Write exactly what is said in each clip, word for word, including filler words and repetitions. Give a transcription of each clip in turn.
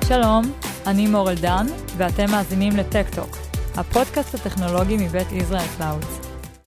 שלום, אני מור אלדן, ואתם מאזינים לטק-טוק, הפודקאסט הטכנולוגי מבית ישראל קלאודס.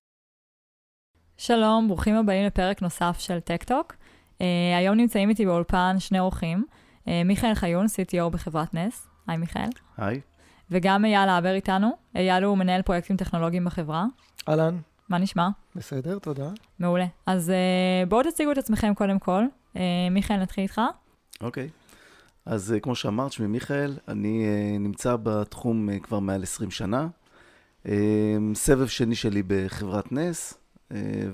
שלום, ברוכים הבאים לפרק נוסף של טק-טוק. Uh, היום נמצאים איתי באולפן שני אורחים, uh, מיכאל חיון, סי טי או בחברת נס. היי מיכאל. היי. וגם אייל העבר איתנו. אייל הוא מנהל פרויקטים טכנולוגיים בחברה. אהלן. מה נשמע? בסדר, תודה. מעולה. אז uh, בואו תציגו את עצמכם קודם כל. Uh, מיכאל, נתחיל איתך. אוקיי. אז uh, כמו שאמרת, שמי מיכאל, אני uh, נמצא בתחום uh, כבר מעל עשרים שנה. Uh, סבב שני שלי בחברת נס, uh,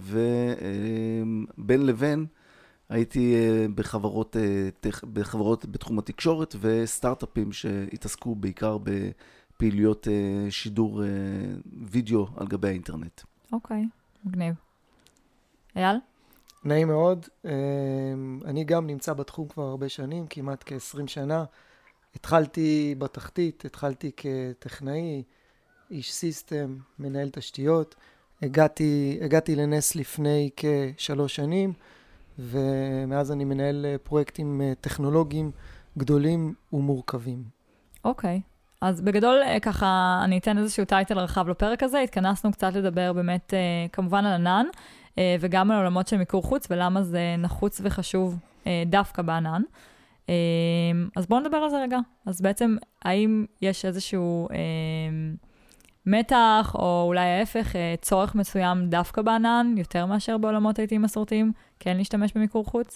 ובין uh, לבין הייתי uh, בחברות, uh, תח, בחברות בתחום התקשורת וסטארט-אפים שהתעסקו בעיקר בפעילויות uh, שידור uh, וידאו על גבי האינטרנט. אוקיי, מגניב. אייל? נעים מאוד. אני גם נמצא בתחום כבר הרבה שנים, כמעט כ-עשרים שנה. התחלתי בתחתית, התחלתי כטכנאי, איש סיסטם, מנהל תשתיות. הגעתי, הגעתי לנס לפני כשלוש שנים, ומאז אני מנהל פרויקטים טכנולוגיים גדולים ומורכבים. אוקיי. אז בגדול, ככה, אני אתן איזשהו טייטל רחב לפרק הזה. התכנסנו קצת לדבר באמת, כמובן על ענן, וגם על עולמות של מיקור חוץ, ולמה זה נחוץ וחשוב דווקא בענן. אז בואו נדבר על זה רגע. אז בעצם, האם יש איזשהו מתח, או אולי ההפך, צורך מסוים דווקא בענן, יותר מאשר בעולמות איי טי מסורתיים, כן להשתמש במיקור חוץ?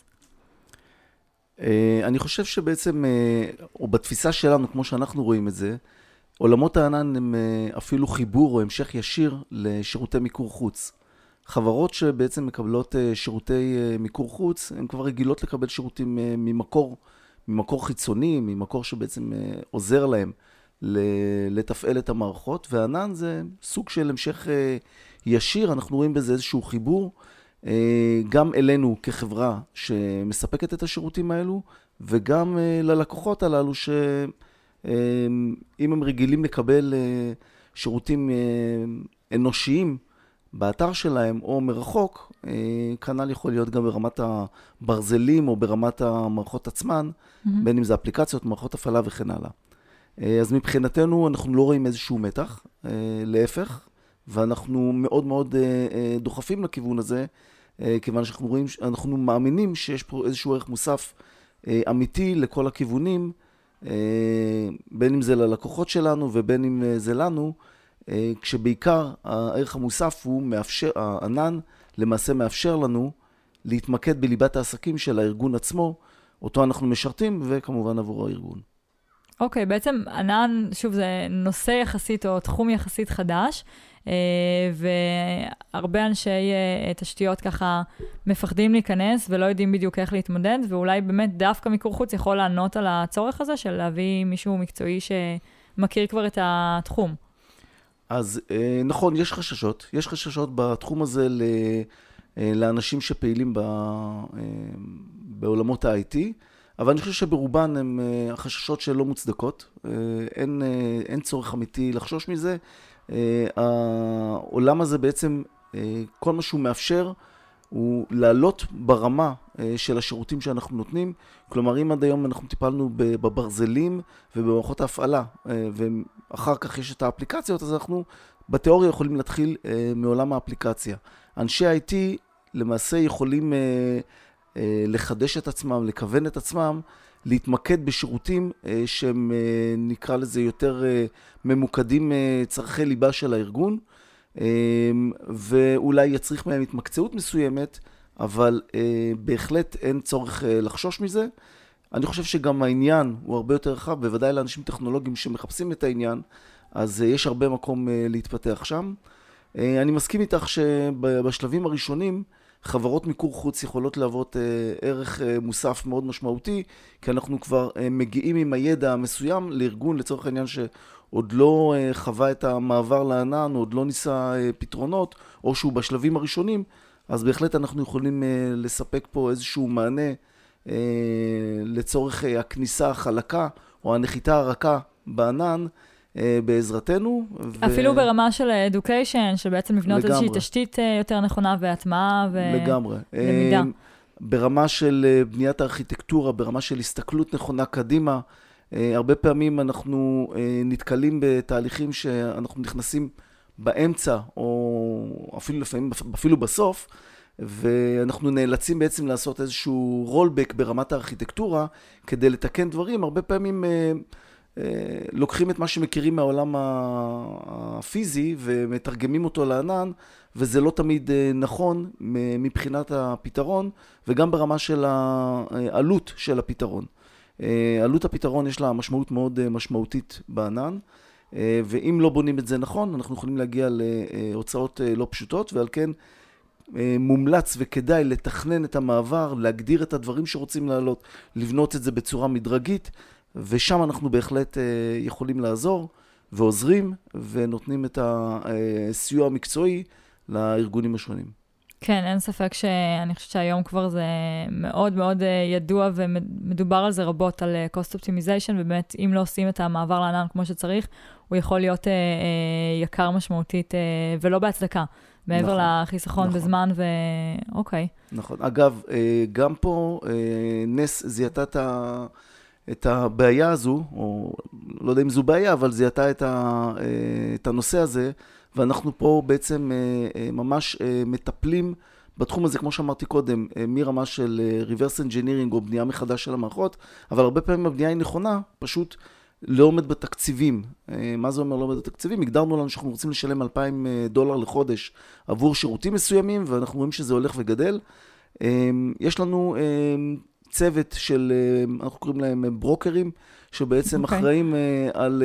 אני חושב שבעצם, או בתפיסה שלנו, כמו שאנחנו רואים את זה, עולמות הענן הם אפילו חיבור או המשך ישיר לשירותי מיקור חוץ. חברות שבעצם מקבלות שירותי מיקור חוץ, הן כבר רגילות לקבל שירותים ממקור, ממקור חיצוני, ממקור שבעצם עוזר להם לתפעל את המערכות, והענן זה סוג של המשך ישיר, אנחנו רואים בזה איזשהו חיבור, גם אלינו כחברה שמספקת את השירותים האלו, וגם ללקוחות הללו שאם הם רגילים לקבל שירותים אנושיים באתר שלהם או מרחוק, כנ"ל יכול להיות גם ברמת הברזלים או ברמת המערכות עצמן, mm-hmm. בין אם זה אפליקציות, מערכות הפעלה וכן הלאה. אז מבחינתנו אנחנו לא רואים איזשהו מתח, להפך, ואנחנו מאוד מאוד דוחפים לכיוון הזה, כיוון שאנחנו רואים, אנחנו מאמינים שיש פה איזשהו ערך מוסף אמיתי לכל הכיוונים, בין אם זה ללקוחות שלנו ובין אם זה לנו, כשבעיקר הערך המוסף הוא מאפשר, הענן למעשה מאפשר לנו להתמקד בליבת העסקים של הארגון עצמו, אותו אנחנו משרתים וכמובן עבור הארגון. אוקיי, okay, בעצם ענן, שוב, זה נושא יחסית או תחום יחסית חדש, והרבה אנשי תשתיות ככה מפחדים להיכנס ולא יודעים בדיוק איך להתמודד, ואולי באמת דווקא מיקור חוץ יכול לענות על הצורך הזה של להביא מישהו מקצועי שמכיר כבר את התחום. אז נכון, יש חששות, יש חששות בתחום הזה לאנשים שפעילים בעולמות ה-איי טי, אבל אני חושב שברובן הם החששות שלא מוצדקות, אין, אין צורך אמיתי לחשוש מזה. העולם הזה בעצם, כל מה שהוא מאפשר, הוא לעלות ברמה של השירותים שאנחנו נותנים. כלומר, אם עד היום אנחנו טיפלנו בברזלים ובמערכות ההפעלה, ואחר כך יש את האפליקציות, אז אנחנו בתיאוריה יכולים להתחיל מעולם האפליקציה. אנשי איי טי למעשה יכולים לחדש את עצמם, לכוון את עצמם, להתמקד בשירותים שהם נקרא לזה יותר ממוקדים צרכי ליבה של הארגון, ואולי יצריך מהם התמקצעות מסוימת, אבל בהחלט אין צורך לחשוש מזה. אני חושב שגם העניין הוא הרבה יותר רחב, בוודאי לאנשים טכנולוגיים שמחפשים את העניין, אז יש הרבה מקום להתפתח שם. אני מסכים איתך שבשלבים הראשונים, חברות מיקור חוץ יכולות להוות ערך מוסף מאוד משמעותי, כי אנחנו כבר מגיעים עם הידע המסוים לארגון, לצורך העניין שעוד לא חווה את המעבר לענן, עוד לא ניסה פתרונות, או שהוא בשלבים הראשונים, אז בהחלט אנחנו יכולים לספק פה איזשהו מענה לצורך הכניסה החלקה, או הנחיתה הרכה בענן, בעזרתנו. אפילו ו... ברמה של education, שבעצם לבנות לגמרי. איזושהי תשתית יותר נכונה והטמעה ולמידה. לגמרי. ברמה של בניית הארכיטקטורה, ברמה של הסתכלות נכונה קדימה, הרבה פעמים אנחנו נתקלים בתהליכים שאנחנו נכנסים באמצע, או אפילו לפעמים, אפילו בסוף, ואנחנו נאלצים בעצם לעשות איזשהו רולבק ברמת הארכיטקטורה, כדי לתקן דברים. הרבה פעמים לוקחים את מה שמכירים מהעולם הפיזי, ומתרגמים אותו לענן, וזה לא תמיד נכון מבחינת הפתרון, וגם ברמה של העלות של הפתרון. עלות הפתרון יש לה משמעות מאוד משמעותית בענן, ואם לא בונים את זה נכון, אנחנו יכולים להגיע להוצאות לא פשוטות, ועל כן מומלץ וכדאי לתכנן את המעבר, להגדיר את הדברים שרוצים לעלות, לבנות את זה בצורה מדרגית, ושם אנחנו בהחלט יכולים לעזור ועוזרים, ונותנים את הסיוע המקצועי לארגונים השונים. כן, אין ספק שאני חושבת שהיום כבר זה מאוד מאוד ידוע, ומדובר על זה רבות, על cost optimization, ובאמת אם לא עושים את המעבר לענן כמו שצריך, הוא יכול להיות יקר משמעותית, ולא בהצדקה, מעבר נכון, לחיסכון נכון. בזמן, ואוקיי. נכון. אגב, גם פה נס זיהתה את ה... את הבעיה הזו, או לא יודע אם זו בעיה, אבל זיהתה את, ה... את הנושא הזה, ואנחנו פה בעצם ממש מטפלים בתחום הזה, כמו שאמרתי קודם, מרמה של reverse engineering או בנייה מחדש של המערכות, אבל הרבה פעמים הבנייה היא נכונה, פשוט לא עומד בתקציבים. מה זה אומר לא עומד בתקציבים? הגדרנו לנו שאנחנו רוצים לשלם אלפיים דולר לחודש עבור שירותים מסוימים, ואנחנו רואים שזה הולך וגדל. יש לנו צוות של, אנחנו קוראים להם ברוקרים, שבעצם okay. אחראים על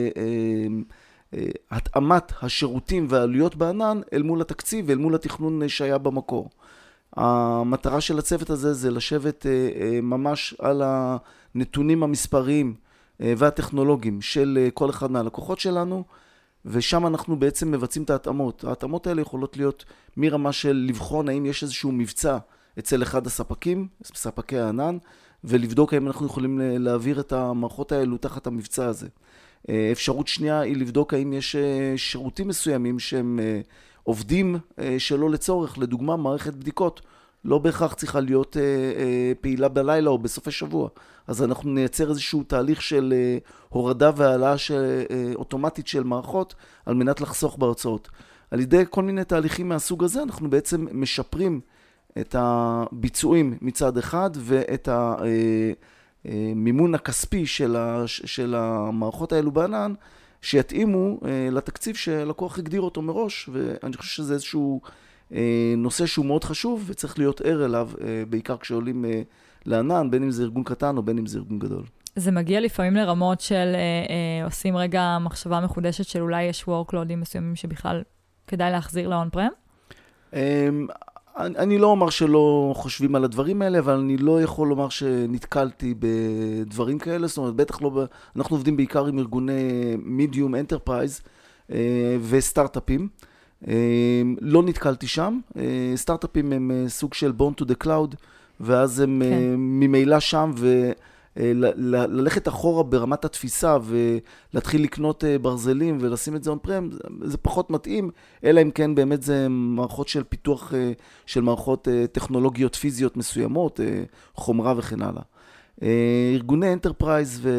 התאמת השירותים והעלויות בענן אל מול התקציב ואל מול התכנון שהיה במקור. המטרה של הצוות הזה זה לשבת ממש על הנתונים המספריים והטכנולוגיים של כל אחד מהלקוחות שלנו, ושם אנחנו בעצם מבצעים את ההתאמות. ההתאמות האלה יכולות להיות מרמה של לבחון האם יש איזשהו מבצע אצל אחד הספקים, ספקי הענן, ולבדוק האם אנחנו יכולים להעביר את המערכות האלו תחת המבצע הזה. אפשרות שנייה היא לבדוק האם יש שירותים מסוימים שהם עובדים שלא לצורך, לדוגמה מערכת בדיקות, לא בהכרח צריכה להיות פעילה בלילה או בסופי שבוע. אז אנחנו נייצר איזשהו תהליך של הורדה והעלאה אוטומטית של מערכות, על מנת לחסוך בהוצאות. על ידי כל מיני תהליכים מהסוג הזה, אנחנו בעצם משפרים את הביצועים מצד אחד, ואת המימון הכספי של, ה, של המערכות האלו בענן, שיתאימו לתקציב שלקוח הגדיר אותו מראש, ואני חושב שזה איזשהו נושא שהוא מאוד חשוב, וצריך להיות ער אליו, בעיקר כשעולים לענן, בין אם זה ארגון קטן או בין אם זה ארגון גדול. זה מגיע לפעמים לרמות של אה, אה, עושים רגע מחשבה מחודשת של אולי יש workloadים מסוימים שבכלל כדאי להחזיר ל-on-prem? אני לא אומר שלא חושבים על הדברים האלה, אבל אני לא יכול לומר שנתקלתי בדברים כאלה, זאת אומרת, בטח לא, ב... אנחנו עובדים בעיקר עם ארגוני מידיום אנטרפרייז וסטארט-אפים. לא נתקלתי שם. סטארט-אפים הם סוג של born to the cloud, ואז הם כן. ממילא שם, וללכת אחורה ברמת התפיסה, ולהתחיל לקנות ברזלים ולשים את זה on-prem, זה פחות מתאים, אלא אם כן באמת זה מערכות של פיתוח של מערכות טכנולוגיות פיזיות מסוימות, חומרה וכן הלאה. ארגוני אנטרפרייז ו...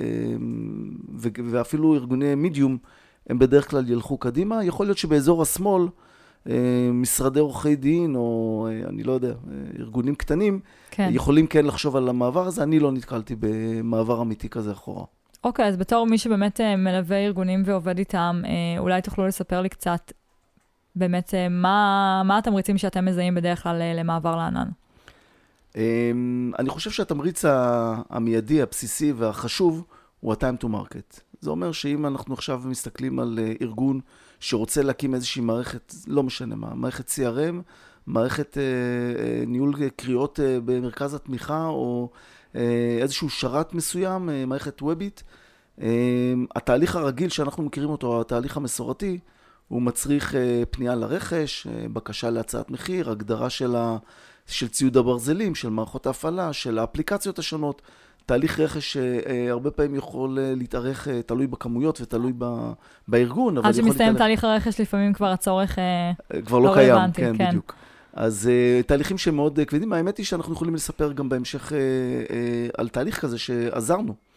ואפילו ארגוני מידיום, הם בדרך כלל ילכו קדימה. יכול להיות שבאזור השמאל, משרדי עורכי דין, או אני לא יודע, ארגונים קטנים, כן. יכולים כן לחשוב על המעבר הזה. אני לא נתקלתי במעבר אמיתי כזה אחורה. אוקיי, אז בתור מי שבאמת מלווה ארגונים ועובד איתם, אולי תוכלו לספר לי קצת, באמת, מה, מה התמריצים שאתם מזהים בדרך כלל למעבר לענן? אני חושב שהתמריץ המיידי, הבסיסי והחשוב, הוא ה-time to market. זה אומר שאם אנחנו עכשיו מסתכלים על ארגון שרוצה להקים איזושהי מערכת, לא משנה מה, מערכת סי אר אם, מערכת אה, אה, ניהול קריאות אה, במרכז התמיכה, או אה, איזשהו שרת מסוים, אה, מערכת וובית, אה, התהליך הרגיל שאנחנו מכירים אותו, התהליך המסורתי, הוא מצריך אה, פנייה לרכש, אה, בקשה להצעת מחיר, הגדרה של, ה, של ציוד הברזלים, של מערכות ההפעלה, של האפליקציות השונות, תהליך רכש שהרבה פעמים יכול להתארך, תלוי בכמויות ותלוי בארגון. עד שמסתיים תהליך הרכש, לפעמים כבר הצורך כבר לא קיים, כן, בדיוק. אז תהליכים שמאוד כבדים, האמת היא שאנחנו יכולים לספר גם בהמשך על תהליך כזה שעזרנו.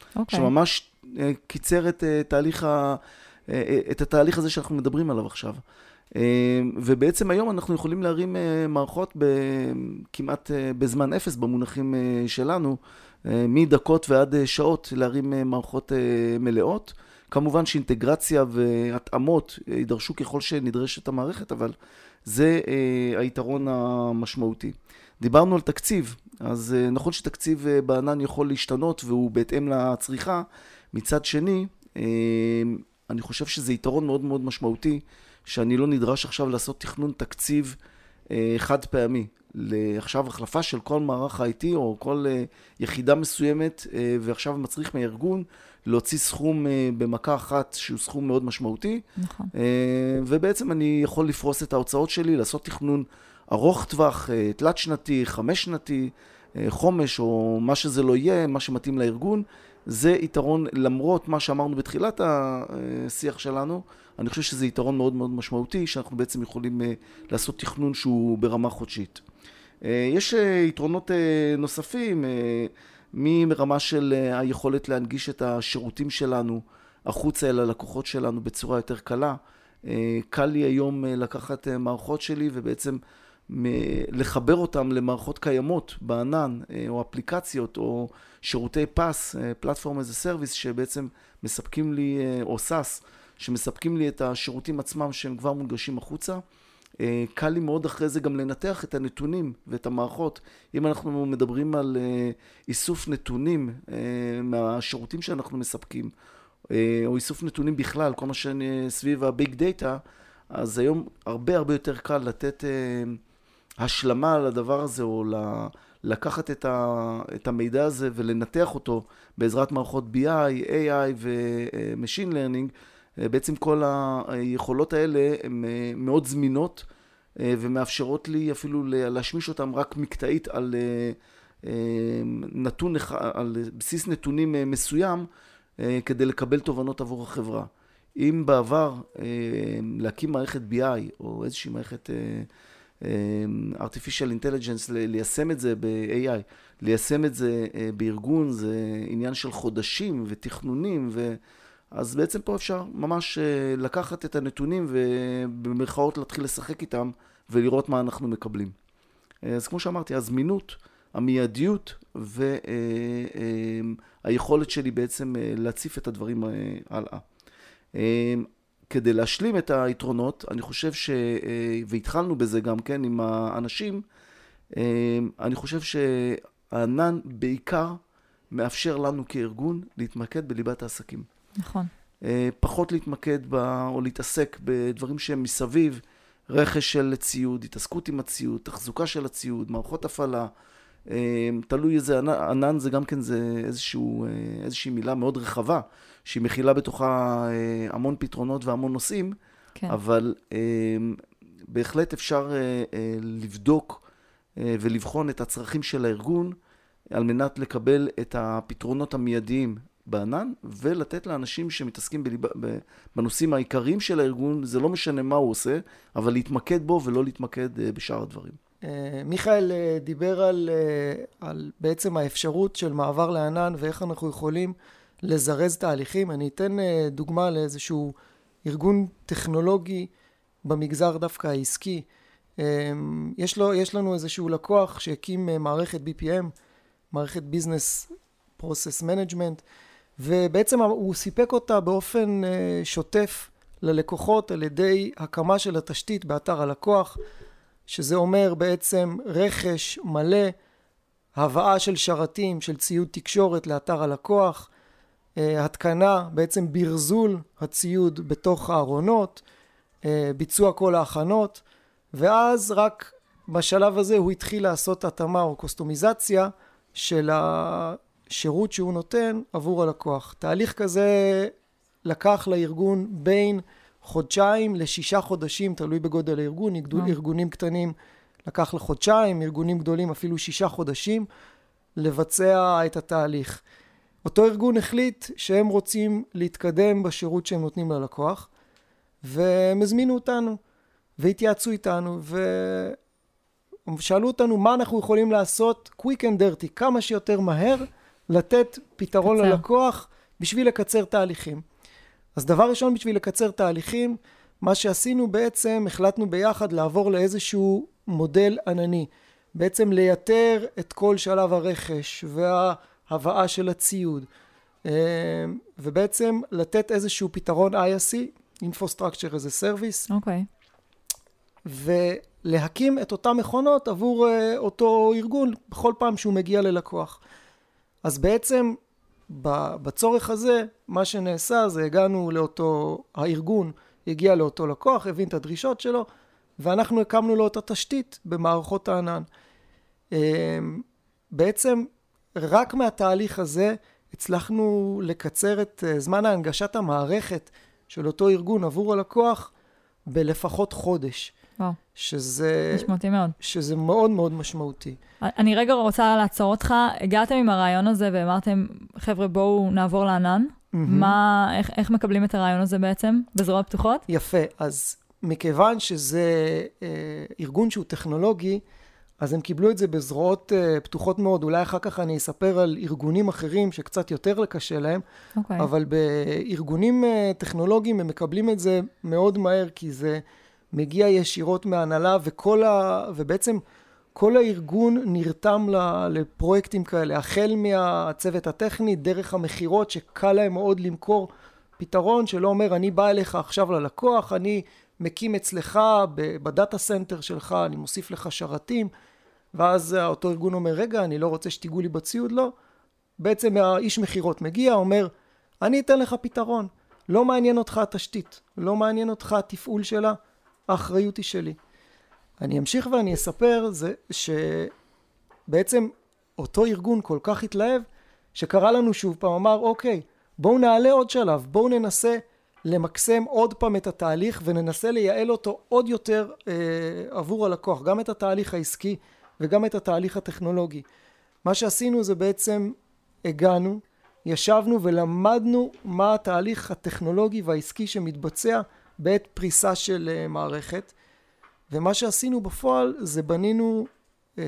אוקיי. שממש אה, קיצר את, אה, תהליך ה, אה, את התהליך הזה שאנחנו מדברים עליו עכשיו. אה, ובעצם היום אנחנו יכולים להרים אה, מערכות ב, כמעט אה, בזמן אפס במונחים אה, שלנו, אה, מדקות ועד אה, שעות להרים אה, מערכות אה, מלאות. כמובן שאינטגרציה והתאמות יידרשו ככל שנדרשת המערכת, אבל זה אה, היתרון המשמעותי. דיברנו על תקציב, אז אה, נכון שתקציב אה, בענן יכול להשתנות והוא בהתאם לצריכה. מצד שני, אה, אני חושב שזה יתרון מאוד מאוד משמעותי, שאני לא נדרש עכשיו לעשות תכנון תקציב אה, חד פעמי. לעכשיו החלפה של כל מערך ה-איי טי או כל אה, יחידה מסוימת, אה, ועכשיו מצריך מהארגון להוציא סכום אה, במכה אחת שהוא סכום מאוד משמעותי. נכון. אה, ובעצם אני יכול לפרוס את ההוצאות שלי, לעשות תכנון ארוך טווח, אה, תלת שנתי, חמש שנתי, אה, חומש או מה שזה לא יהיה, מה שמתאים לארגון. זה יתרון, למרות מה שאמרנו בתחילת השיח שלנו, אני חושב שזה יתרון מאוד מאוד משמעותי, שאנחנו בעצם יכולים אה, לעשות תכנון שהוא ברמה חודשית. אה, יש אה, יתרונות אה, נוספים, אה, מרמה של היכולת להנגיש את השירותים שלנו החוצה אל הלקוחות שלנו בצורה יותר קלה. קל לי היום לקחת מערכות שלי ובעצם לחבר אותם למערכות קיימות בענן או אפליקציות או שירותי פס, פלטפורם as a service, שבעצם מספקים לי, או סאס, שמספקים לי את השירותים עצמם שהם כבר מונגשים החוצה. קל לי מאוד אחרי זה גם לנתח את הנתונים ואת המערכות. אם אנחנו מדברים על איסוף נתונים מהשירותים שאנחנו מספקים, או איסוף נתונים בכלל, כל מה שסביב הביג דאטה, אז היום הרבה הרבה יותר קל לתת השלמה לדבר הזה, או לקחת את המידע הזה ולנתח אותו בעזרת מערכות בי איי, איי איי ו-Machine Learning. בעצם כל היכולות האלה הן מאוד זמינות ומאפשרות לי אפילו להשמיש אותם רק מקטעית על נתון, על בסיס נתונים מסוים כדי לקבל תובנות עבור החברה. אם בעבר להקים מערכת בי איי או איזושהי מערכת artificial intelligence, ליישם את זה ב-איי איי, ליישם את זה בארגון, זה עניין של חודשים ותכנונים ו... אז בעצם פה אפשר ממש לקחת את הנתונים ובמרכאות להתחיל לשחק איתם ולראות מה אנחנו מקבלים. אז כמו שאמרתי, הזמינות, המיידיות והיכולת שלי בעצם להציף את הדברים הלאה. כדי להשלים את היתרונות, אני חושב ש... והתחלנו בזה גם כן עם האנשים, אני חושב שהענן בעיקר מאפשר לנו כארגון להתמקד בליבת העסקים. נכון. פחות להתמקד ב, או להתעסק בדברים שהם מסביב, רכש של ציוד, התעסקות עם הציוד, תחזוקה של הציוד, מערכות הפעלה, תלוי איזה ענן, זה גם כן זה איזשהו, איזושהי מילה מאוד רחבה, שהיא מכילה בתוכה המון פתרונות והמון נושאים, כן. אבל בהחלט אפשר לבדוק ולבחון את הצרכים של הארגון, על מנת לקבל את הפתרונות המיידיים בענן, ולתת לאנשים שמתעסקים בליב... בנושאים העיקריים של הארגון, זה לא משנה מה הוא עושה, אבל להתמקד בו ולא להתמקד בשאר הדברים. מיכאל דיבר על, על בעצם האפשרות של מעבר לענן, ואיך אנחנו יכולים לזרז תהליכים. אני אתן דוגמה לאיזשהו ארגון טכנולוגי במגזר דווקא העסקי. יש, לו, יש לנו איזשהו לקוח שהקים מערכת בי פי אם, מערכת Business Process Management, ובעצם הוא סיפק אותה באופן שוטף ללקוחות על ידי הקמה של התשתית באתר הלקוח, שזה אומר בעצם רכש מלא, הבאה של שרתים, של ציוד תקשורת לאתר הלקוח, התקנה, בעצם ברזול הציוד בתוך הארונות, ביצוע כל ההכנות, ואז רק בשלב הזה הוא התחיל לעשות התאמה או קוסטומיזציה של השירות שהוא נותן עבור הלקוח. תהליך כזה לקח לארגון בין חודשיים לשישה חודשים, תלוי בגודל הארגון, ארגונים קטנים לקח לחודשיים, ארגונים גדולים אפילו שישה חודשים לבצע את התהליך. אותו ארגון החליט שהם רוצים להתקדם בשירות שהם נותנים ללקוח, והם הזמינו אותנו והתייעצו איתנו ושאלו אותנו מה אנחנו יכולים לעשות quick and dirty, כמה שיותר מהר לתת פתרון קצר. ללקוח בשביל לקצר תהליכים. אז דבר ראשון, בשביל לקצר תהליכים, מה שעשינו בעצם, החלטנו ביחד לעבור לאיזשהו מודל ענני. בעצם לייתר את כל שלב הרכש וההבאה של הציוד. ובעצם לתת איזשהו פתרון איי אס סי, Infrastructure as a Service. אוקיי. ולהקים את אותם מכונות עבור אותו ארגון בכל פעם שהוא מגיע ללקוח. אז בעצם בצורך הזה, מה שנעשה זה הגענו לאותו, הארגון הגיע לאותו לקוח, הבין את הדרישות שלו, ואנחנו הקמנו לו את התשתית במערכות הענן. בעצם רק מהתהליך הזה הצלחנו לקצר את זמן ההנגשת המערכת של אותו ארגון עבור הלקוח בלפחות חודש. וואו. שזה... משמעותי מאוד. שזה מאוד מאוד משמעותי. אני רגע רוצה לעצור אותך. הגעתם עם הרעיון הזה ואמרתם, חבר'ה, בואו נעבור לענן. Mm-hmm. מה, איך, איך מקבלים את הרעיון הזה בעצם? בזרועות פתוחות? יפה. אז מכיוון שזה אה, ארגון שהוא טכנולוגי, אז הם קיבלו את זה בזרועות uh, פתוחות מאוד. אולי אחר כך אני אספר על ארגונים אחרים שקצת יותר קשה להם, okay. אבל בארגונים uh, טכנולוגיים הם מקבלים את זה מאוד מהר, כי זה מגיע ישירות מההנהלה, וכל ה... ובעצם כל הארגון נרתם לפרויקטים כאלה, החל מהצוות הטכני, דרך המחירות, שקל להם מאוד למכור פתרון, שלא אומר, אני בא אליך עכשיו ללקוח, אני מקים אצלך בדאטה סנטר שלך, אני מוסיף לך שרתים, ואז אותו ארגון אומר, רגע, אני לא רוצה שתיגעו לי בציוד, לא. בעצם האיש מחירות מגיע, אומר, אני אתן לך פתרון. לא מעניין אותך התשתית, לא מעניין אותך התפעול שלה, האחריות היא שלי. אני אמשיך ואני אספר זה שבעצם אותו ארגון כל כך התלהב, שקרא לנו שוב פעם, אמר, אוקיי, בואו נעלה עוד שלב, בואו ננסה למקסם עוד פעם את התהליך, וננסה לייעל אותו עוד יותר אה, עבור הלקוח, גם את התהליך העסקי וגם את התהליך הטכנולוגי. מה שעשינו זה בעצם הגענו, ישבנו ולמדנו מה התהליך הטכנולוגי והעסקי שמתבצע בעת פריסה של אה, מערכת, ומה שעשינו בפועל זה בנינו אה,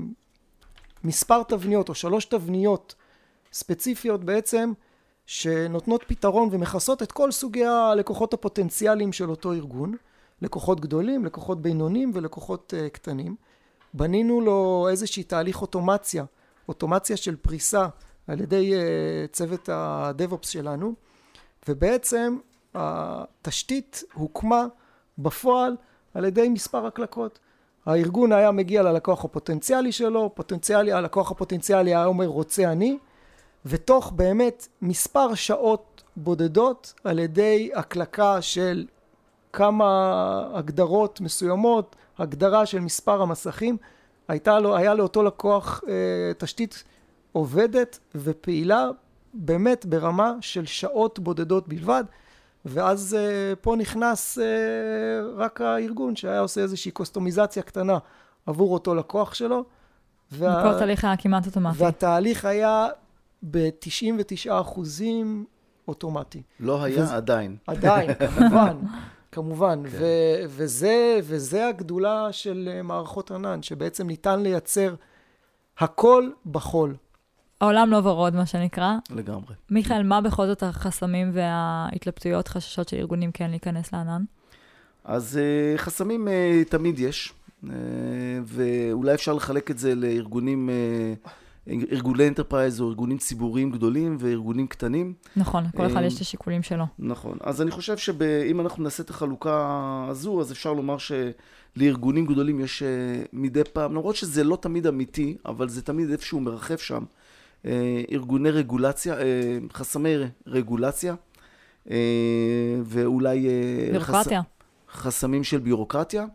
מספר תבניות או שלוש תבניות ספציפיות בעצם, שנותנות פתרון ומכסות את כל סוגי הלקוחות הפוטנציאליים של אותו ארגון, לקוחות גדולים, לקוחות בינוניים ולקוחות uh, קטנים. בנינו לו איזושהי תהליך אוטומציה, אוטומציה של פריסה על ידי uh, צוות ה-DevOps שלנו, ובעצם התשתית הוקמה בפועל על ידי מספר הקלקות. הארגון היה מגיע ללקוח הפוטנציאלי שלו, פוטנציאלי, הלקוח הפוטנציאלי היה אומר רוצה אני, ותוך באמת מספר שעות בודדות על ידי הקלקה של כמה הגדרות מסוימות, הגדרה של מספר המסכים, הייתה לו, היה לאותו לקוח אה, תשתית עובדת ופעילה באמת ברמה של שעות בודדות בלבד, ואז אה, פה נכנס אה, רק הארגון שהיה עושה איזושהי קוסטומיזציה קטנה עבור אותו לקוח שלו. וה... וכל תהליך היה כמעט אוטומטי. והתהליך היה ב-תשעים ותשעה אחוזים אוטומטי. לא היה וזה, עדיין. עדיין, כמובן, כמובן. כן. ו- וזה, וזה הגדולה של מערכות ענן, שבעצם ניתן לייצר הכל בחול. העולם לא ורוד, מה שנקרא. לגמרי. מיכאל, מה בכל זאת החסמים וההתלבטויות, חששות של ארגונים כן להיכנס לענן? אז uh, חסמים uh, תמיד יש, uh, ואולי אפשר לחלק את זה לארגונים... Uh, ארגוני אנטרפרייז או ארגונים ציבוריים גדולים וארגונים קטנים. נכון, כל אחד יש את השיקולים שלו. נכון. אז אני חושב שאם אנחנו נעשה את החלוקה הזו, אז אפשר לומר שלארגונים גדולים יש מדי פעם, למרות שזה לא תמיד אמיתי, אבל זה תמיד איפשהו מרחב שם, ארגוני רגולציה, חסמי רגולציה, ואולי... בירוקרטיה. חסמים של בירוקרטיה.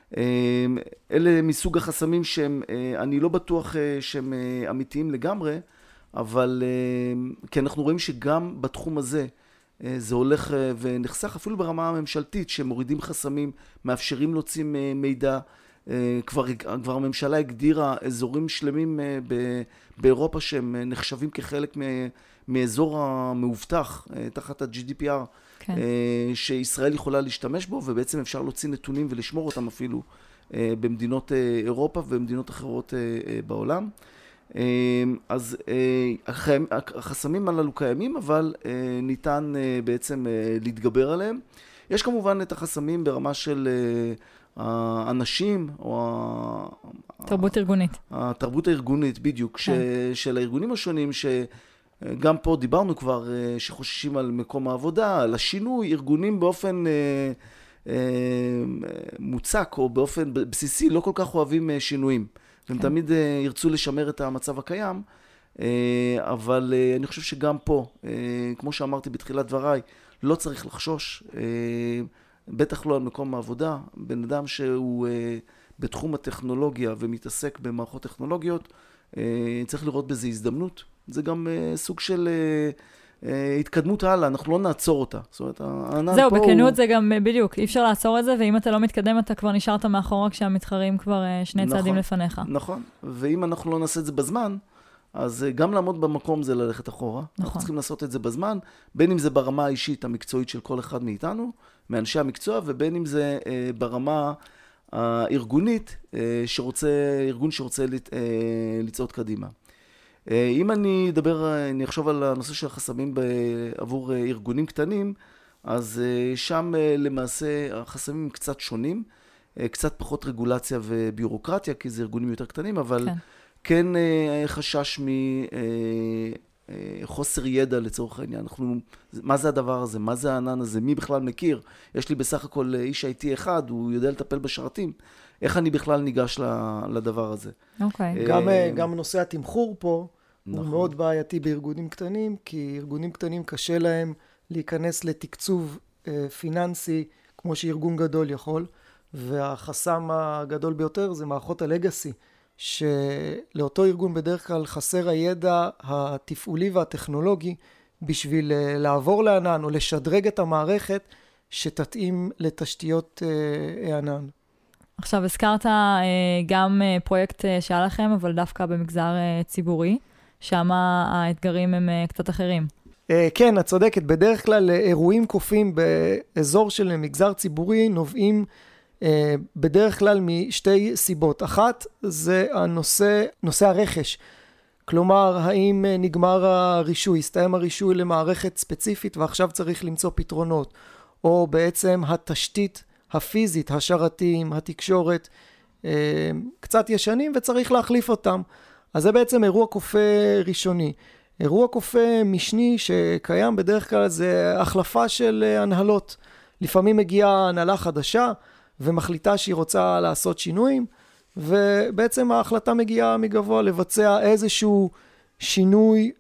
אלה מסוג החסמים שהם, אני לא בטוח שהם אמיתיים לגמרי, אבל כי אנחנו רואים שגם בתחום הזה זה הולך ונחסך אפילו ברמה הממשלתית, שמורידים חסמים, מאפשרים להוציא מידע. כבר, כבר הממשלה הגדירה אזורים שלמים באירופה שהם נחשבים כחלק מאזור המאובטח תחת ה-ג'י די פי אר. כן. שישראל יכולה להשתמש בו, ובעצם אפשר להוציא נתונים ולשמור אותם אפילו במדינות אירופה ובמדינות אחרות בעולם. אז החסמים הללו קיימים, אבל ניתן בעצם להתגבר עליהם. יש כמובן את החסמים ברמה של האנשים, או תרבות ארגונית. התרבות הארגונית, בדיוק, של הארגונים השונים, שגם פה דיברנו כבר, שחוששים על מקום העבודה, על השינוי, ארגונים באופן מוצק או באופן בסיסי לא כל כך אוהבים שינויים. הם תמיד ירצו לשמר את המצב הקיים, אבל אני חושב שגם פה, כמו שאמרתי בתחילת דבריי, לא צריך לחשוש, בטח לא על מקום העבודה. בן אדם שהוא בתחום הטכנולוגיה ומתעסק במערכות טכנולוגיות, צריך לראות בזה הזדמנות. זה גם סוג של התקדמות הלאה, אנחנו לא נעצור אותה. זאת אומרת, זהו, בכנות זה גם בדיוק, אי אפשר לעצור את זה, ואם אתה לא מתקדם, אתה כבר נשארת מאחורה כשהמתחרים כבר שני צעדים לפניך. נכון, ואם אנחנו לא נעשה את זה בזמן, אז גם לעמוד במקום זה ללכת אחורה. נכון. אנחנו צריכים לעשות את זה בזמן, בין אם זה ברמה האישית המקצועית של כל אחד מאיתנו, מאנשי המקצוע, ובין אם זה אה, ברמה הארגונית, אה, שרוצה, ארגון שרוצה לת, אה, לצעוד קדימה. אה, אם אני אדבר, אני אחשוב על הנושא של החסמים עבור אה, ארגונים קטנים, אז אה, שם אה, למעשה החסמים הם קצת שונים, אה, קצת פחות רגולציה וביורוקרטיה, כי זה ארגונים יותר קטנים, אבל... כן. כן חשש מחוסר ידע לצורך העניין. אנחנו, מה זה הדבר הזה? מה זה הענן הזה? מי בכלל מכיר? יש לי בסך הכל איש איי טי אחד, הוא יודע לטפל בשרתים. איך אני בכלל ניגש לדבר הזה? אוקיי. גם, גם נושא התמחור פה הוא מאוד בעייתי בארגונים קטנים, כי ארגונים קטנים קשה להם להיכנס לתקצוב פיננסי כמו שארגון גדול יכול, והחסם הגדול ביותר זה מערכות הלגאסי. שלאותו ארגון בדרך כלל חסר הידע התפעולי והטכנולוגי בשביל לעבור לענן או לשדרג את המערכת שתתאים לתשתיות הענן. עכשיו הזכרת גם פרויקט שהיה לכם, אבל דווקא במגזר ציבורי, שם האתגרים הם קצת אחרים. כן, את צודקת. בדרך כלל אירועים קופים באזור של מגזר ציבורי נובעים בדרך כלל משתי סיבות. אחת זה הנושא, נושא הרכש. כלומר, האם נגמר הרישוי, הסתיים הרישוי למערכת ספציפית ועכשיו צריך למצוא פתרונות, או בעצם התשתית הפיזית, השרתים, התקשורת, קצת ישנים וצריך להחליף אותם. אז זה בעצם אירוע קופה ראשוני. אירוע קופה משני שקיים בדרך כלל זה החלפה של הנהלות. לפעמים מגיעה הנהלה חדשה, ומחליטה שהיא רוצה לעשות שינויים, ובעצם ההחלטה מגיעה מגבוה לבצע איזשהו שינוי,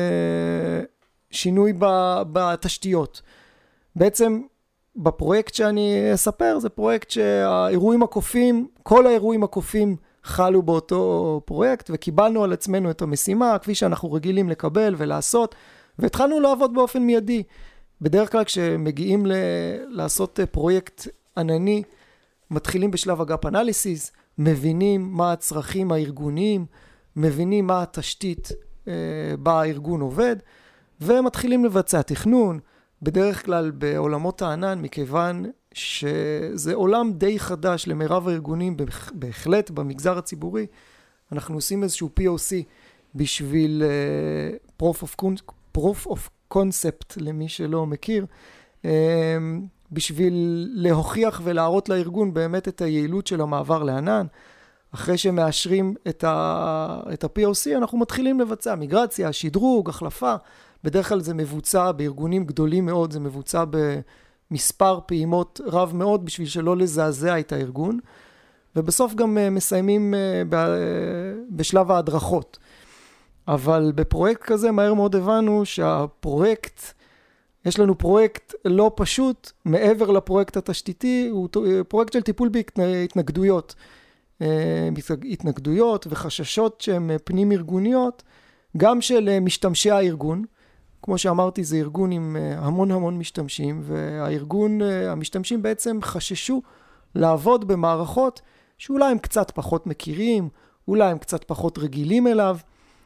שינוי בתשתיות. בעצם בפרויקט שאני אספר, זה פרויקט שהאירועים הקופים, כל האירועים הקופים חלו באותו פרויקט, וקיבלנו על עצמנו את המשימה, כפי שאנחנו רגילים לקבל ולעשות, והתחלנו לעבוד באופן מיידי. בדרך כלל כשמגיעים ל- לעשות פרויקט ענני, מתחילים בשלב הגאפ אנליסיס, מבינים מה הצרכים הארגוניים, מבינים מה התשתית אה, בה הארגון עובד, ומתחילים לבצע תכנון, בדרך כלל בעולמות הענן, מכיוון שזה עולם די חדש למרב הארגונים, בהחלט במגזר הציבורי, אנחנו עושים איזשהו פי או סי בשביל uh, proof of, proof of concept למי שלא מכיר, uh, בשביל להוכיח ולהראות לארגון באמת את היעילות של המעבר לענן. אחרי שמאשרים את ה, את ה-פי או סי, אנחנו מתחילים לבצע מיגרציה, שדרוג, החלפה. בדרך כלל זה מבוצע בארגונים גדולים מאוד, זה מבוצע במספר פעימות רב מאוד בשביל שלא לזעזע את הארגון. ובסוף גם מסיימים בשלב ההדרכות. אבל בפרויקט כזה מהר מאוד הבנו שהפרויקט, יש לנו פרויקט לא פשוט, מעבר לפרויקט התשתיתי, הוא פרויקט של טיפול בהתנגדויות. התנגדויות וחששות שהן פנים ארגוניות, גם של משתמשי הארגון. כמו שאמרתי, זה ארגון עם המון המון משתמשים, והארגון, המשתמשים בעצם חששו לעבוד במערכות שאולי הם קצת פחות מכירים, אולי הם קצת פחות רגילים אליו,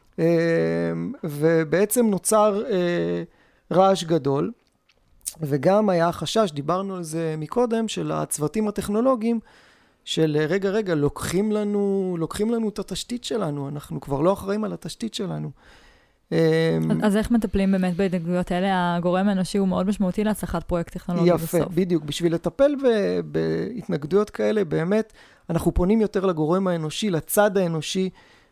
ובעצם נוצר רעש גדול, וגם היה חשש, דיברנו על זה מקודם, של הצוותים הטכנולוגיים, של רגע, רגע, לוקחים לנו, לוקחים לנו את התשתית שלנו, אנחנו כבר לא אחראים על התשתית שלנו. אז איך מטפלים באמת בהתנגדויות האלה? הגורם האנושי הוא מאוד משמעותי להצלחת פרויקט טכנולוגי בסוף. יפה, בדיוק. בשביל לטפל בהתנגדויות כאלה, באמת, אנחנו פונים יותר לגורם האנושי, לצד האנושי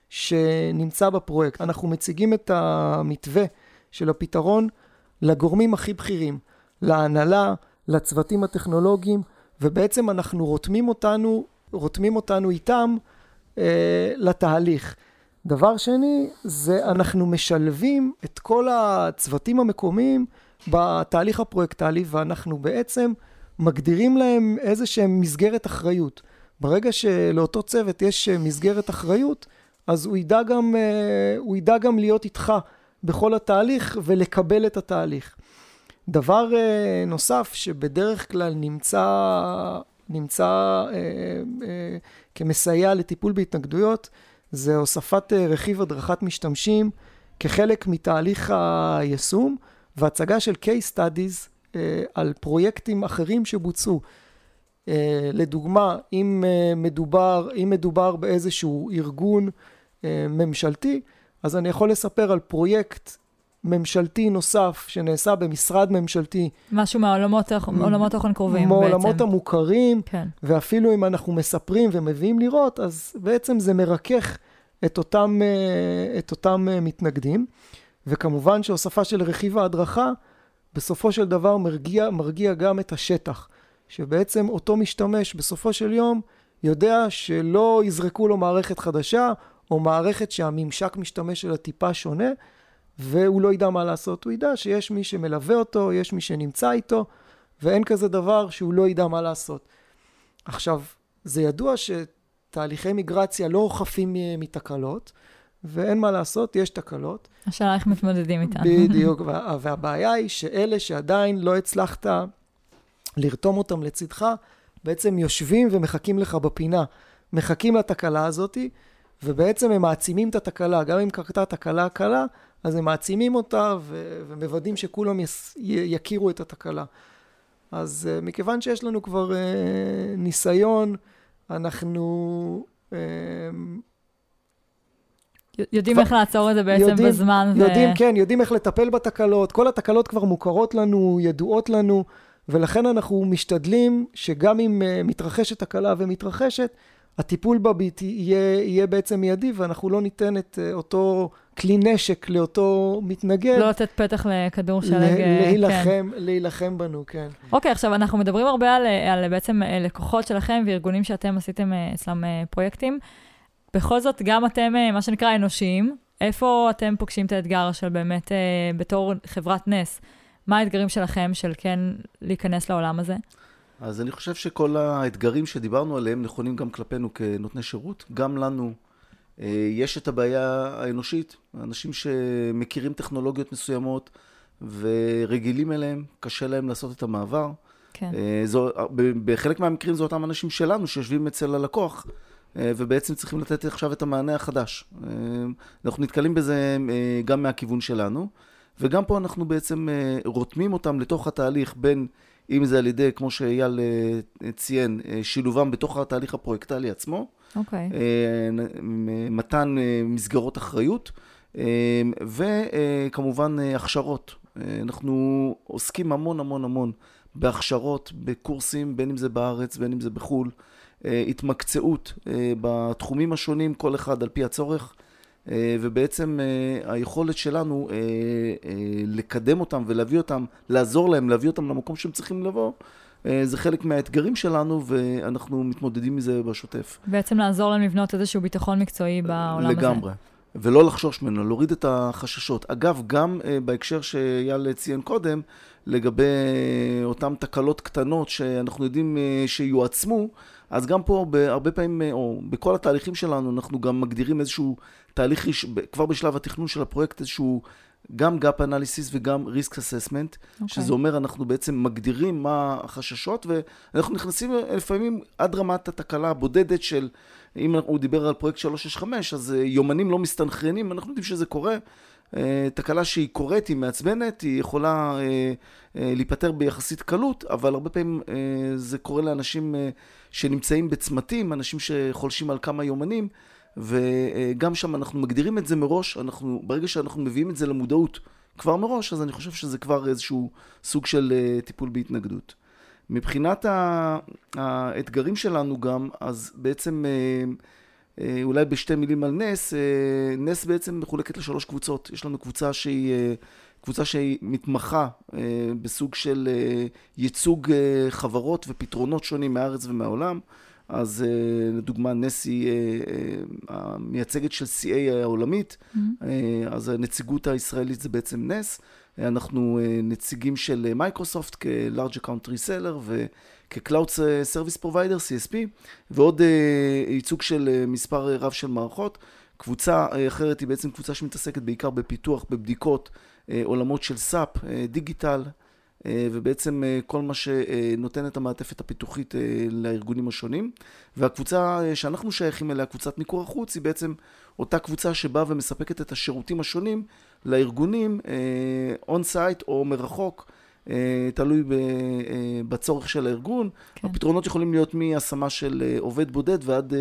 שנמצא בפרויקט. אנחנו מציגים את המתווה של הפתרון לגורמים הכי בכירים, להנהלה, לצוותים הטכנולוגיים, ובעצם אנחנו רותמים אותנו, רותמים אותנו איתם אה, לתהליך. דבר שני, זה אנחנו משלבים את כל הצוותים המקומיים בתהליך הפרויקטלי, ואנחנו בעצם מגדירים להם איזשהם מסגרת אחריות. ברגע שלאותו צוות יש מסגרת אחריות, אז הוא ידע גם, הוא ידע גם להיות איתך בכל התהליך ולקבל את התהליך. דבר נוסף שבדרך כלל נמצא, נמצא אה, אה, כמסייע לטיפול בהתנגדויות, זה הוספת רכיב הדרכת משתמשים כחלק מתהליך היישום, והצגה של case studies אה, על פרויקטים אחרים שבוצעו. אה, לדוגמה, אם אה, מדובר, אם מדובר באיזשהו ארגון אה, ממשלתי, אז אני יכול לספר על פרויקט ממשלתי נוסף שנעשה במשרד ממשלתי. משהו מהעולמות עולמות תוכן קרובים בעצם. מעולמות המוכרים, כן. ואפילו אם אנחנו מספרים ומביאים לראות, אז בעצם זה מרכך את אותם, את אותם מתנגדים. וכמובן שהוספה של רכיב ההדרכה, בסופו של דבר מרגיע, מרגיע גם את השטח. שבעצם אותו משתמש בסופו של יום יודע שלא יזרקו לו מערכת חדשה, או מערכת שהממשק משתמש שלה טיפה שונה, והוא לא ידע מה לעשות. הוא ידע שיש מי שמלווה אותו, יש מי שנמצא איתו, ואין כזה דבר שהוא לא ידע מה לעשות. עכשיו, זה ידוע שתהליכי מיגרציה לא חפים מתקלות, ואין מה לעשות, יש תקלות. השאלה איך מתמודדים איתן. בדיוק, וה, והבעיה היא שאלה שעדיין לא הצלחת לרתום אותם לצדך, בעצם יושבים ומחכים לך בפינה, מחכים לתקלה הזאת, ובעצם הם מעצימים את התקלה, גם אם קרתה תקלה קלה, אז הם מעצימים אותה ו- ומוודאים שכולם יס- י- יכירו את התקלה. אז uh, מכיוון שיש לנו כבר uh, ניסיון, אנחנו uh, יודעים כבר, איך לעצור את זה בעצם יודעים, בזמן. יודעים, ו... כן, יודעים איך לטפל בתקלות. כל התקלות כבר מוכרות לנו, ידועות לנו, ולכן אנחנו משתדלים שגם אם uh, מתרחשת תקלה ומתרחשת, הטיפול בה יהיה, יהיה בעצם מיידי, ואנחנו לא ניתן את אותו כלי נשק לאותו מתנגד. לא לתת פתח לכדור שלג. להילחם, כן. להילחם בנו, כן. אוקיי, עכשיו אנחנו מדברים הרבה על, על בעצם לקוחות שלכם וארגונים שאתם עשיתם אצלם פרויקטים. בכל זאת, גם אתם, מה שנקרא אנושיים, איפה אתם פוגשים את האתגר של באמת בתור חברת נס? מה האתגרים שלכם של כן להיכנס לעולם הזה? אז אני חושב שכל האתגרים שדיברנו עליהם נכונים גם כלפינו כנותני שירות. גם לנו יש את הבעיה האנושית. אנשים שמכירים טכנולוגיות מסוימות ורגילים אליהם, קשה להם לעשות את המעבר. כן. זו, בחלק מהמקרים זה אותם אנשים שלנו שיושבים אצל הלקוח, ובעצם צריכים לתת עכשיו את המענה החדש. אנחנו נתקלים בזה גם מהכיוון שלנו, וגם פה אנחנו בעצם רותמים אותם לתוך התהליך בין, אם זה על ידי, כמו שאייל ציין, שילובם בתוך התהליך הפרויקטלי עצמו, אוקיי. מתן מסגרות אחריות, וכמובן הכשרות. אנחנו עוסקים המון המון המון בהכשרות, בקורסים, בין אם זה בארץ, בין אם זה בחול, התמקצעות בתחומים השונים, כל אחד על פי הצורך, ובעצם היכולת שלנו לקדם אותם ולהביא אותם, לעזור להם, להביא אותם למקום שהם צריכים לבוא, זה חלק מהאתגרים שלנו, ואנחנו מתמודדים מזה בשוטף. בעצם לעזור להם לבנות איזשהו ביטחון מקצועי בעולם הזה. לגמרי. ולא לחשוש ממנו, להוריד את החששות. אגב, גם בהקשר שאייל ציין קודם, לגבי אותם תקלות קטנות שאנחנו יודעים שיועצמו, אז גם פה בהרבה פעמים, או בכל התהליכים שלנו, אנחנו גם מגדירים איזשהו תהליך, כבר בשלב התכנון של הפרויקט, איזשהו גם gap analysis וגם risk assessment, okay. שזה אומר אנחנו בעצם מגדירים מה החששות, ואנחנו נכנסים לפעמים עד רמת התקלה הבודדת של, אם הוא דיבר על פרויקט שלוש שש חמש, אז יומנים לא מסתנכרנים, אנחנו יודעים שזה קורה, תקלה שהיא קורית, היא מעצבנת, היא יכולה להיפטר ביחסית קלות, אבל הרבה פעמים זה קורה לאנשים שנמצאים בצמתים, אנשים שחולשים על כמה יומנים, וגם שם אנחנו מגדירים את זה מראש, אנחנו, ברגע שאנחנו מביאים את זה למודעות כבר מראש, אז אני חושב שזה כבר איזשהו סוג של טיפול בהתנגדות. מבחינת האתגרים שלנו גם, אז בעצם אולי בשתי מילים על נס, נס בעצם מחולקת לשלוש קבוצות. יש לנו קבוצה שהיא, קבוצה שהיא מתמחה בסוג של ייצוג חברות ופתרונות שונים מהארץ ומהעולם. אז לדוגמה נס היא המייצגת של סי איי העולמית, mm-hmm. אז הנציגות הישראלית זה בעצם נס. אנחנו נציגים של מייקרוסופט כ-Large Account Reseller וכ-Cloud Service Provider, סי אס פי, ועוד ייצוג של מספר רב של מערכות. קבוצה אחרת היא בעצם קבוצה שמתעסקת בעיקר בפיתוח, בבדיקות, עולמות של סאפ, דיגיטל, ובעצם כל מה שנותן את המעטפת הפיתוחית לארגונים השונים. והקבוצה שאנחנו שייכים אליה, קבוצת מיקור החוץ, היא בעצם אותה קבוצה שבאה ומספקת את השירותים השונים לארגונים, און סייט או מרחוק, תלוי בצורך של הארגון. כן. הפתרונות יכולים להיות מהשמה של עובד בודד ועד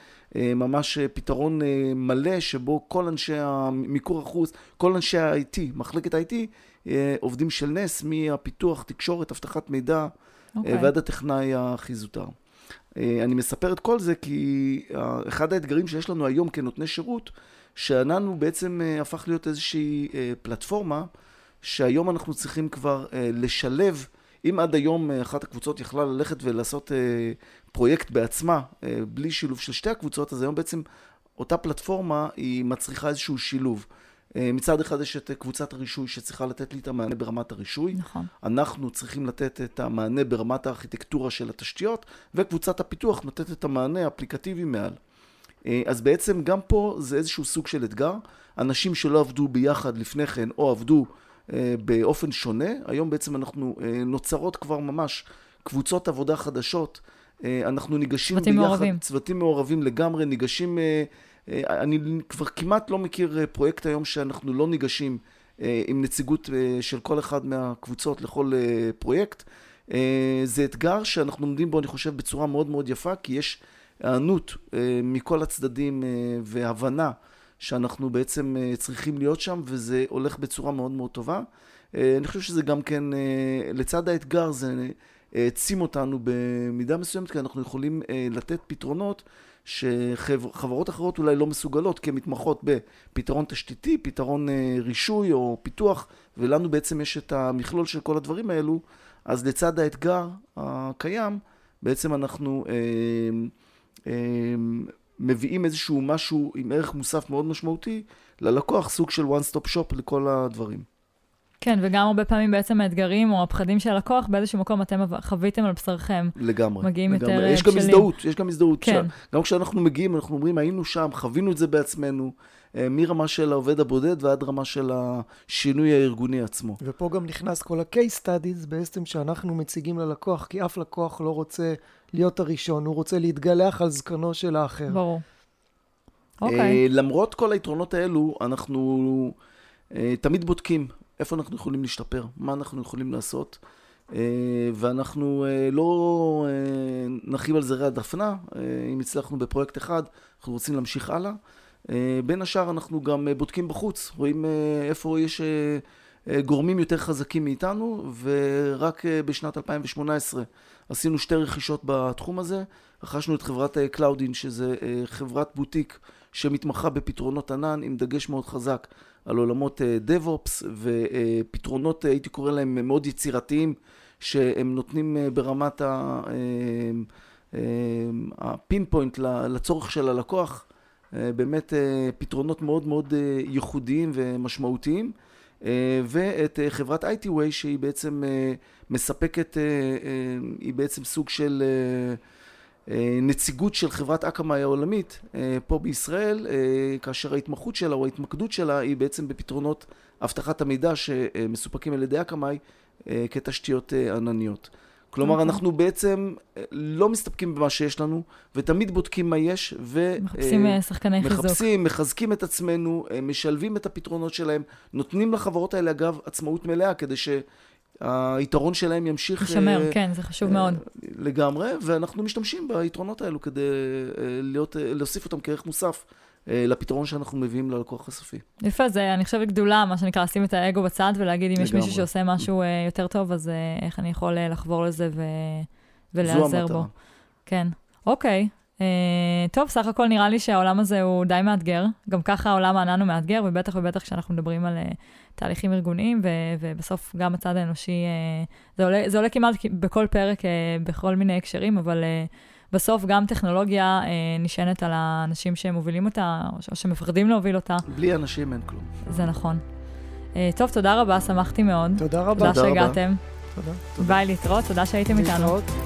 ממש פתרון מלא, שבו כל אנשי המיקור החוץ, כל אנשי ה-איי טי, מחלקת ה-איי טי, עובדים של נס, מהפיתוח, תקשורת, הבטחת מידע, okay. ועד הטכנאי החיזוטר. אני מספר את כל זה כי אחד האתגרים שיש לנו היום כנותני שירות, שענן הוא בעצם הפך להיות איזושהי פלטפורמה, שהיום אנחנו צריכים כבר לשלב, אם עד היום אחת הקבוצות יכלה ללכת ולעשות פרויקט בעצמה, בלי שילוב של שתי הקבוצות, אז היום בעצם אותה פלטפורמה היא מצריכה איזשהו שילוב. מצד אחד יש את קבוצת הרישוי שצריכה לתת לי את המענה ברמת הרישוי. נכון. אנחנו צריכים לתת את המענה ברמת הארכיטקטורה של התשתיות, וקבוצת הפיתוח נותנת את המענה האפליקטיבי מעל. אז בעצם גם פה זה איזשהו סוג של אתגר. אנשים שלא עבדו ביחד לפני כן, או עבדו באופן שונה, היום בעצם אנחנו נוצרות כבר ממש קבוצות עבודה חדשות. אנחנו ניגשים צוותים ביחד, מעורבים. צוותים מעורבים לגמרי, ניגשים... אני כבר כמעט לא מכיר פרויקט היום שאנחנו לא ניגשים עם נציגות של כל אחד מהקבוצות לכל פרויקט. זה אתגר שאנחנו עומדים בו, אני חושב, בצורה מאוד מאוד יפה, כי יש הענות מכל הצדדים והבנה שאנחנו בעצם צריכים להיות שם, וזה הולך בצורה מאוד מאוד טובה. אני חושב שזה גם כן, לצד האתגר, זה העצים אותנו במידה מסוימת, כי אנחנו יכולים לתת פתרונות שחברות אחרות אולי לא מסוגלות, כי הן מתמחות בפתרון תשתיתי, פתרון רישוי או פיתוח, ולנו בעצם יש את המכלול של כל הדברים האלו. אז לצד האתגר הקיים, בעצם אנחנו אה, אה, מביאים איזשהו משהו עם ערך מוסף מאוד משמעותי ללקוח, סוג של one stop shop לכל הדברים. כן, וגם הרבה פעמים בעצם האתגרים או הפחדים של הלקוח, באיזשהו מקום אתם חוויתם על בשרכם. לגמרי. מגיעים לגמרי. יותר יש גם הזדהות, יש גם הזדהות. כן. ש... גם כשאנחנו מגיעים, אנחנו אומרים, היינו שם, חווינו את זה בעצמנו, מרמה של העובד הבודד ועד רמה של השינוי הארגוני עצמו. ופה גם נכנס כל ה-case studies בעצם שאנחנו מציגים ללקוח, כי אף לקוח לא רוצה להיות הראשון, הוא רוצה להתגלח על זקנו של האחר. ברור. אוקיי. למרות כל היתרונות האלו, אנחנו תמיד בודקים איפה אנחנו יכולים להשתפר, מה אנחנו יכולים לעשות, ואנחנו לא נחים על זרי הדפנה. אם הצלחנו בפרויקט אחד, אנחנו רוצים להמשיך הלאה. בין השאר אנחנו גם בודקים בחוץ, רואים איפה יש גורמים יותר חזקים מאיתנו, ורק בשנת אלפיים שמונה עשרה עשינו שתי רכישות בתחום הזה. רכשנו את חברת קלאודין, שזה חברת בוטיק שמתמחה בפתרונות ענן, עם דגש מאוד חזק על עולמות DevOps, ופתרונות, הייתי קורא להם, מאוד יצירתיים, שהם נותנים ברמת הפינפוינט לצורך של הלקוח, באמת פתרונות מאוד מאוד ייחודיים ומשמעותיים. ואת חברת אייטיווי, שהיא בעצם מספקת, היא בעצם סוג של נציגות של חברת אקמאי העולמית פה בישראל, כאשר ההתמחות שלה או ההתמקדות שלה היא בעצם בפתרונות אבטחת המידע שמסופקים על ידי אקמאי כתשתיות ענניות. כלומר, אנחנו בעצם לא מסתפקים במה שיש לנו, ותמיד בודקים מה יש, מחפשים שחקני חיזוק. מחפשים, מחזקים את עצמנו, משלבים את הפתרונות שלהם, נותנים לחברות האלה, אגב, עצמאות מלאה, כדי שהיתרון שלהם ימשיך... לשמר, כן, זה חשוב מאוד. לגמרי, ואנחנו משתמשים ביתרונות האלו, כדי להיות, להוסיף אותם כערך מוסף, לפתרון שאנחנו מביאים ללקוח הסופי. יפה, זה, אני חושבת גדולה, מה שנקרא, לשים את האגו בצד, ולהגיד, אם יש מישהו שעושה משהו יותר טוב, אז איך אני יכול לחבור לזה ולעזר בו. כן, אוקיי. טוב, סך הכל נראה לי שהעולם הזה הוא די מאתגר. גם ככה העולם הענן הוא מאתגר, ובטח ובטח כשאנחנו מדברים על תהליכים ארגוניים, ובסוף גם הצד האנושי, זה עולה כמעט בכל פרק, בכל מיני הקשרים, אבל... בסוף גם טכנולוגיה אה, נשענת על האנשים שמובילים אותה, או שמפחדים להוביל אותה. בלי אנשים אין כלום. זה נכון. אה, טוב, תודה רבה, שמחתי מאוד. תודה רבה. תודה שהגעתם. תודה. ביי, להתראות, תודה שהייתם איתנו. להתראות.